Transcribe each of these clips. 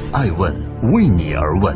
爱问为你而问。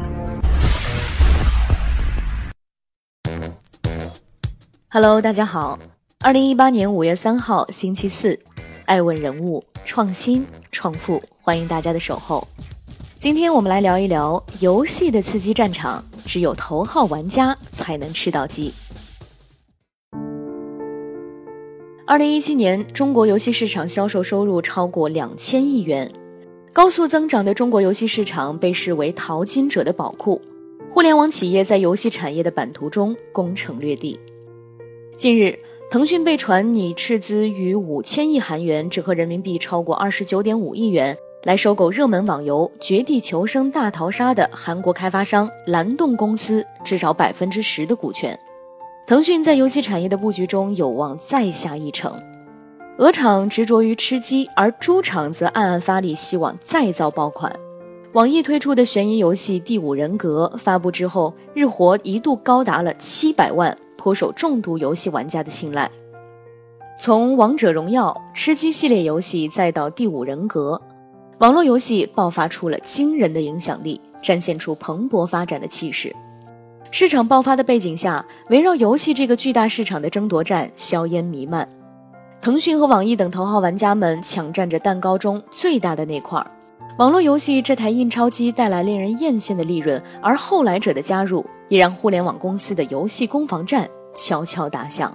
Hello， 大家好，2018年5月3号，星期四，爱问人物，创新创富，欢迎大家的守候。今天我们来聊一聊游戏的刺激战场，只有头号玩家才能吃到鸡。2017年，中国游戏市场销售收入超过2000亿元。高速增长的中国游戏市场被视为淘金者的宝库，互联网企业在游戏产业的版图中攻城略地。近日，腾讯被传拟斥资逾5000亿韩元，折合人民币超过29.5亿元，来收购热门网游《绝地求生大逃杀》的韩国开发商蓝洞公司至少10%的股权。腾讯在游戏产业的布局中有望再下一城。鹅厂执着于吃鸡，而猪厂则暗暗发力，希望再造爆款。网易推出的悬疑游戏《第五人格》发布之后，日活一度高达了700万，颇受重度游戏玩家的青睐。从王者荣耀、吃鸡系列游戏再到《第五人格》，网络游戏爆发出了惊人的影响力，展现出蓬勃发展的气势。市场爆发的背景下，围绕游戏这个巨大市场的争夺战硝烟弥漫。腾讯和网易等头号玩家们抢占着蛋糕中最大的那块。网络游戏这台印钞机带来令人艳羡的利润，而后来者的加入也让互联网公司的游戏攻防战悄悄打响。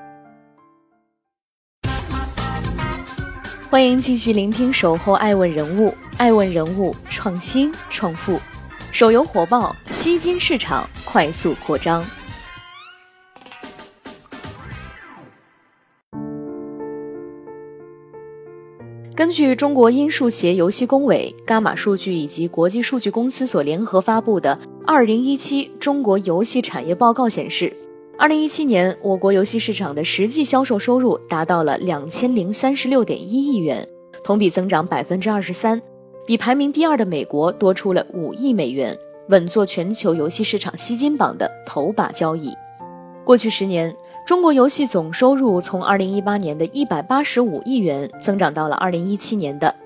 欢迎继续聆听守候爱问人物，爱问人物，创新创富。手游火爆，吸金市场快速扩张。根据中国音数协游戏工委、伽马数据以及国际数据公司所联合发布的2017中国游戏产业报告显示，2017年我国游戏市场的实际销售收入达到了2036.1亿元，同比增长23%，比排名第2的美国多出了5亿美元，稳坐全球游戏市场吸金榜的头把交椅。过去10年，中国游戏总收入从2018年的185亿元增长到了2017年的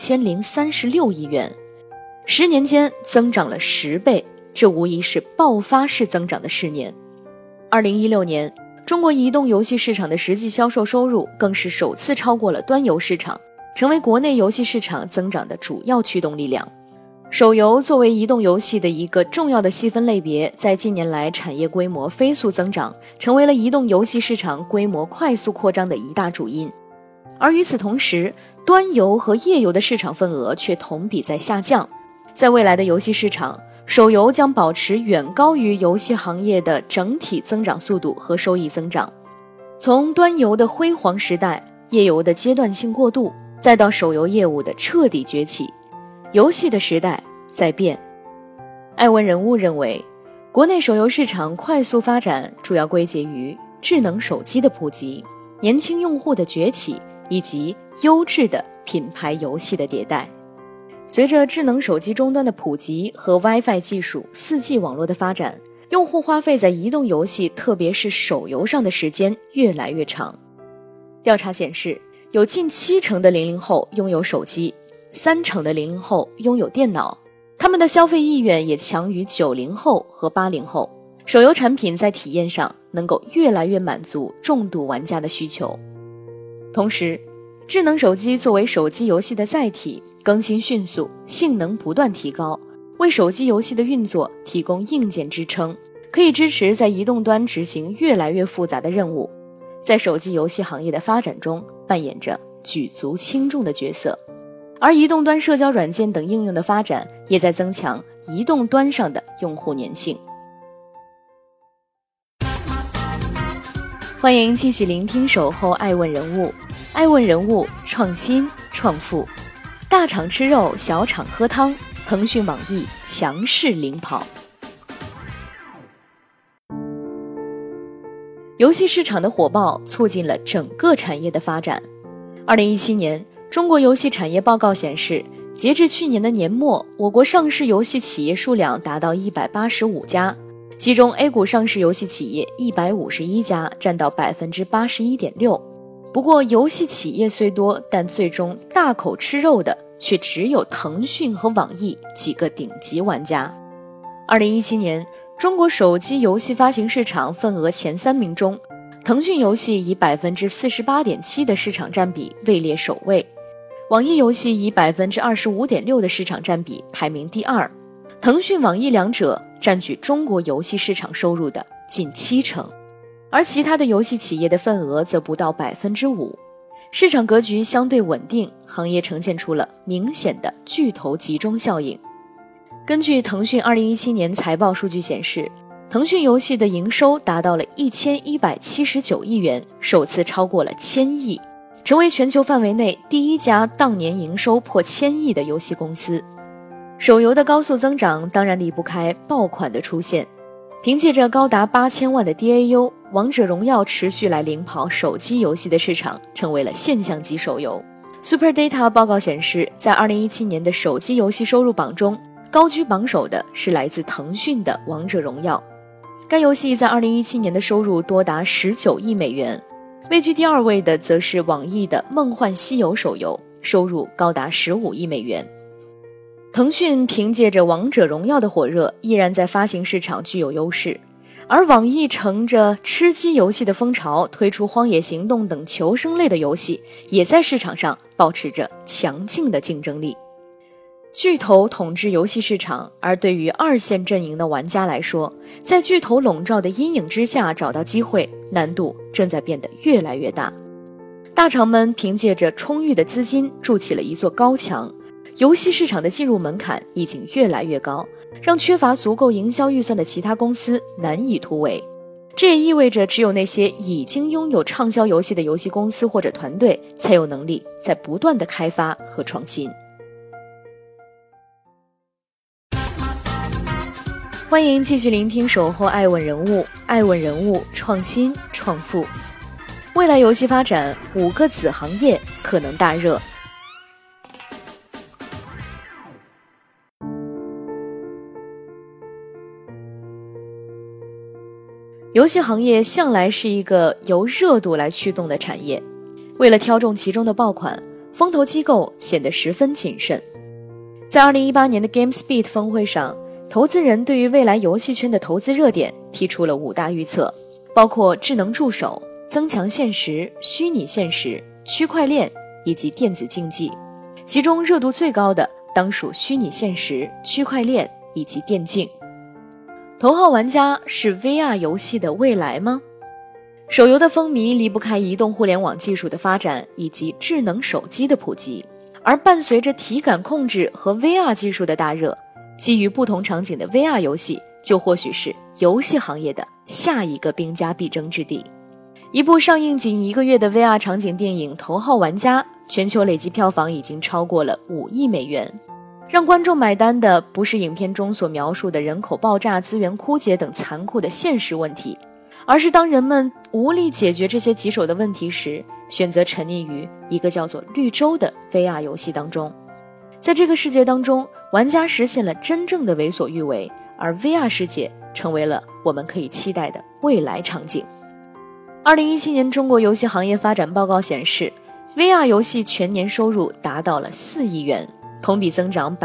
2036亿元，10年间增长了10倍，这无疑是爆发式增长的10年。2016年，中国移动游戏市场的实际销售收入更是首次超过了端游市场，成为国内游戏市场增长的主要驱动力量。手游作为移动游戏的一个重要的细分类别，在近年来产业规模飞速增长，成为了移动游戏市场规模快速扩张的一大主因。而与此同时，端游和页游的市场份额却同比在下降。在未来的游戏市场，手游将保持远高于游戏行业的整体增长速度和收益增长。从端游的辉煌时代、页游的阶段性过渡，再到手游业务的彻底崛起，游戏的时代在变。爱问人物认为，国内手游市场快速发展主要归结于智能手机的普及、年轻用户的崛起以及优质的品牌游戏的迭代。随着智能手机终端的普及和 WiFi 技术、4G 网络的发展，用户花费在移动游戏，特别是手游上的时间越来越长。调查显示，有近70%的00后拥有手机，30%的00后拥有电脑，他们的消费意愿也强于90后和80后。手游产品在体验上能够越来越满足重度玩家的需求。同时，智能手机作为手机游戏的载体，更新迅速，性能不断提高，为手机游戏的运作提供硬件支撑，可以支持在移动端执行越来越复杂的任务，在手机游戏行业的发展中扮演着举足轻重的角色。而移动端社交软件等应用的发展，也在增强移动端上的用户粘性。欢迎继续聆听守候爱问人物，爱问人物，创新创富。大厂吃肉，小厂喝汤，腾讯网易强势领跑。游戏市场的火爆促进了整个产业的发展。2017年中国游戏产业报告显示，截至去年的年末，我国上市游戏企业数量达到185家，其中 A 股上市游戏企业151家，占到81.6%。不过游戏企业虽多，但最终大口吃肉的却只有腾讯和网易几个顶级玩家。2017年，中国手机游戏发行市场份额前3名中，腾讯游戏以 48.7% 的市场占比位列首位，网易游戏以 25.6% 的市场占比排名第2。腾讯、网易两者占据中国游戏市场收入的近70%，而其他的游戏企业的份额则不到 5%。市场格局相对稳定，行业呈现出了明显的巨头集中效应。根据腾讯2017年财报数据显示，腾讯游戏的营收达到了1179亿元，首次超过了1000亿，成为全球范围内第一家当年营收破1000亿的游戏公司。手游的高速增长当然离不开爆款的出现，凭借着高达8000万的 DAU， 王者荣耀持续来领跑手机游戏的市场，成为了现象级手游。Super Data 报告显示，在2017年的手机游戏收入榜中，高居榜首的是来自腾讯的王者荣耀。该游戏在2017年的收入多达19亿美元，位居第2位的则是网易的梦幻西游手游，收入高达15亿美元。腾讯凭借着王者荣耀的火热，依然在发行市场具有优势，而网易乘着吃鸡游戏的风潮，推出荒野行动等求生类的游戏，也在市场上保持着强劲的竞争力。巨头统治游戏市场，而对于2线阵营的玩家来说，在巨头笼罩的阴影之下找到机会，难度正在变得越来越大。大厂们凭借着充裕的资金筑起了一座高墙，游戏市场的进入门槛已经越来越高，让缺乏足够营销预算的其他公司难以突围。这也意味着只有那些已经拥有畅销游戏的游戏公司或者团队，才有能力在不断的开发和创新。欢迎继续聆听守候爱问人物，爱问人物创新创富。未来游戏发展5个子行业可能大热。游戏行业向来是一个由热度来驱动的产业，为了挑中其中的爆款，风投机构显得十分谨慎。在2018年的 GameSpeed 峰会上，投资人对于未来游戏圈的投资热点提出了5大预测，包括智能助手、增强现实、虚拟现实、区块链以及电子竞技。其中热度最高的当属虚拟现实、区块链以及电竞。头号玩家是 VR 游戏的未来吗？手游的风靡离不开移动互联网技术的发展以及智能手机的普及，而伴随着体感控制和 VR 技术的大热，基于不同场景的 VR 游戏就或许是游戏行业的下一个兵家必争之地。一部上映仅1个月的 VR 场景电影《头号玩家》，全球累计票房已经超过了5亿美元。让观众买单的不是影片中所描述的人口爆炸、资源枯竭等残酷的现实问题，而是当人们无力解决这些棘手的问题时，选择沉溺于一个叫做绿洲的 VR 游戏当中。在这个世界当中，玩家实现了真正的为所欲为，而 VR 世界成为了我们可以期待的未来场景。2017年中国游戏行业发展报告显示， VR 游戏全年收入达到了4亿元，同比增长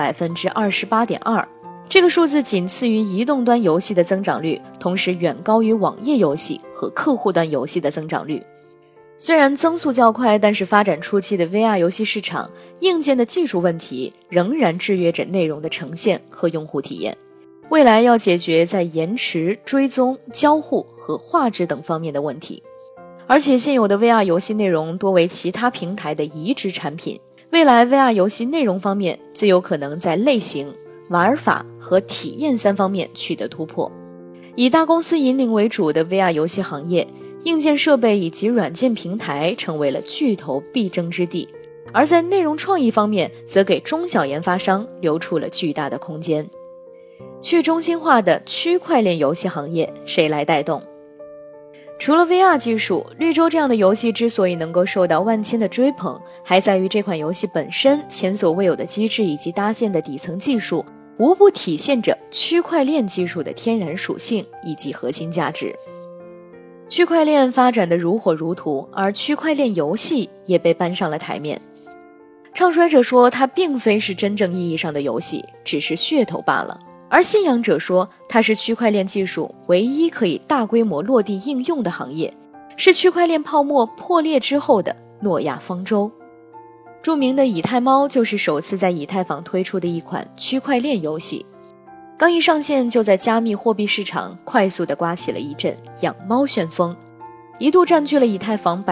28.2%， 这个数字仅次于移动端游戏的增长率，同时远高于网页游戏和客户端游戏的增长率。虽然增速较快，但是发展初期的 VR 游戏市场硬件的技术问题仍然制约着内容的呈现和用户体验。未来要解决在延迟、追踪、交互和画质等方面的问题。而且现有的 VR 游戏内容多为其他平台的移植产品，未来 VR 游戏内容方面最有可能在类型、玩法和体验3方面取得突破。以大公司引领为主的 VR 游戏行业，硬件设备以及软件平台成为了巨头必争之地，而在内容创意方面则给中小研发商留出了巨大的空间。去中心化的区块链游戏行业谁来带动？除了 VR 技术，绿洲这样的游戏之所以能够受到万千的追捧，还在于这款游戏本身前所未有的机制以及搭建的底层技术，无不体现着区块链技术的天然属性以及核心价值。区块链发展的如火如荼，而区块链游戏也被搬上了台面。 唱衰者说它并非是真正意义上的游戏，只是噱头罢了。而信仰者说它是区块链技术唯一可以大规模落地应用的行业，是区块链泡沫破裂之后的诺亚方舟。著名的以太猫就是首次在以太坊推出的一款区块链游戏，刚一上线就在加密货币市场快速地刮起了一阵养猫旋风，一度占据了以太坊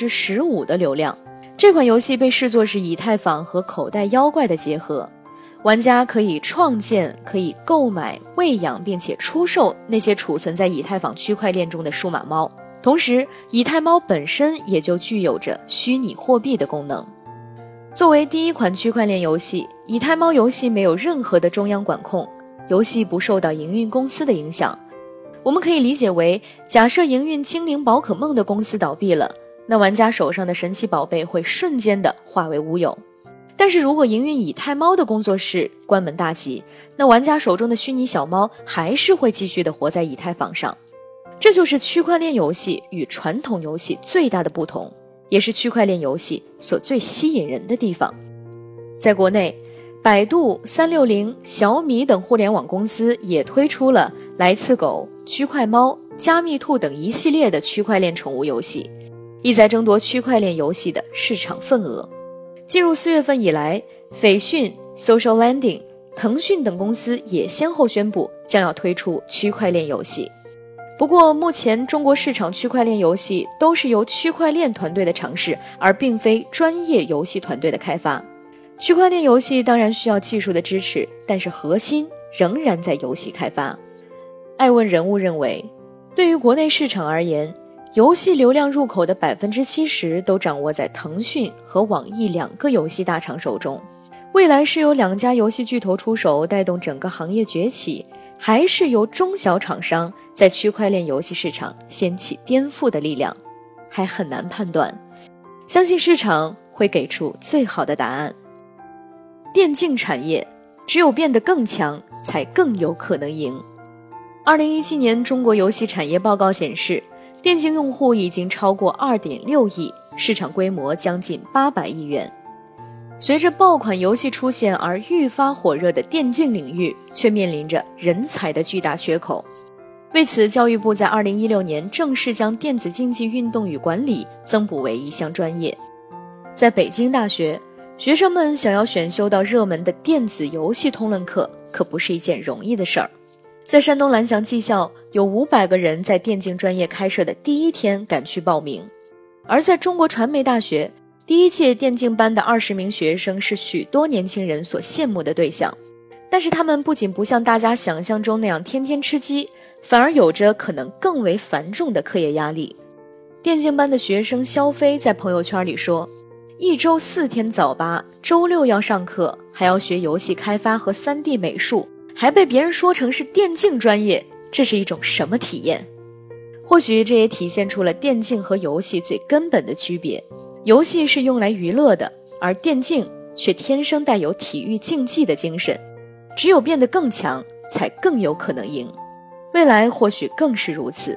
15% 的流量。这款游戏被视作是以太坊和口袋妖怪的结合，玩家可以创建、可以购买、喂养并且出售那些储存在以太坊区块链中的数码猫，同时以太猫本身也就具有着虚拟货币的功能。作为第一款区块链游戏，以太猫游戏没有任何的中央管控，游戏不受到营运公司的影响。我们可以理解为，假设营运精灵宝可梦的公司倒闭了，那玩家手上的神奇宝贝会瞬间的化为乌有。但是如果营运以太猫的工作室关门大吉，那玩家手中的虚拟小猫还是会继续的活在以太坊上。这就是区块链游戏与传统游戏最大的不同，也是区块链游戏所最吸引人的地方。在国内，百度、360、小米等互联网公司也推出了来次狗、区块猫、加密兔等一系列的区块链宠物游戏，意在争夺区块链游戏的市场份额。进入4月份以来，斐讯、Social Landing、腾讯等公司也先后宣布将要推出区块链游戏。不过目前中国市场区块链游戏都是由区块链团队的尝试，而并非专业游戏团队的开发。区块链游戏当然需要技术的支持，但是核心仍然在游戏开发。爱问人物认为，对于国内市场而言，游戏流量入口的 70% 都掌握在腾讯和网易2个游戏大厂手中。未来是由2家游戏巨头出手带动整个行业崛起，还是由中小厂商在区块链游戏市场掀起颠覆的力量，还很难判断。相信市场会给出最好的答案。电竞产业只有变得更强，才更有可能赢。2017年中国游戏产业报告显示，电竞用户已经超过 2.6 亿，市场规模将近800亿元。随着爆款游戏出现而愈发火热的电竞领域，却面临着人才的巨大缺口。为此，教育部在2016年正式将电子竞技运动与管理增补为一项专业。在北京大学，学生们想要选修到热门的电子游戏通论课，可不是一件容易的事儿。在山东蓝翔技校，有500个人在电竞专业开设的第一天赶去报名。而在中国传媒大学，第1届电竞班的20名学生是许多年轻人所羡慕的对象。但是他们不仅不像大家想象中那样天天吃鸡，反而有着可能更为繁重的课业压力。电竞班的学生肖飞在朋友圈里说，1周4天早八，周6要上课，还要学游戏开发和 3D 美术，还被别人说成是电竞专业，这是一种什么体验？或许这也体现出了电竞和游戏最根本的区别。游戏是用来娱乐的，而电竞却天生带有体育竞技的精神。只有变得更强，才更有可能赢。未来或许更是如此。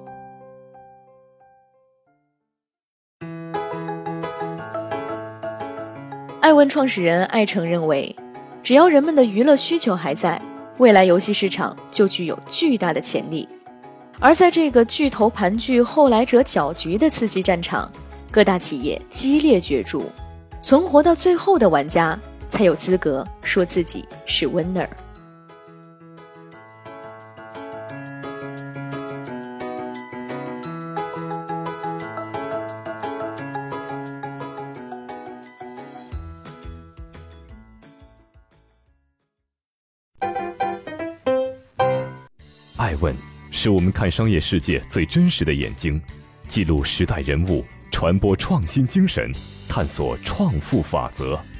爱问创始人艾诚认为，只要人们的娱乐需求还在，未来游戏市场就具有巨大的潜力。而在这个巨头盘踞、后来者搅局的刺激战场，各大企业激烈角逐，存活到最后的玩家才有资格说自己是 winner。 爱问是我们看商业世界最真实的眼睛，记录时代人物，传播创新精神，探索创富法则。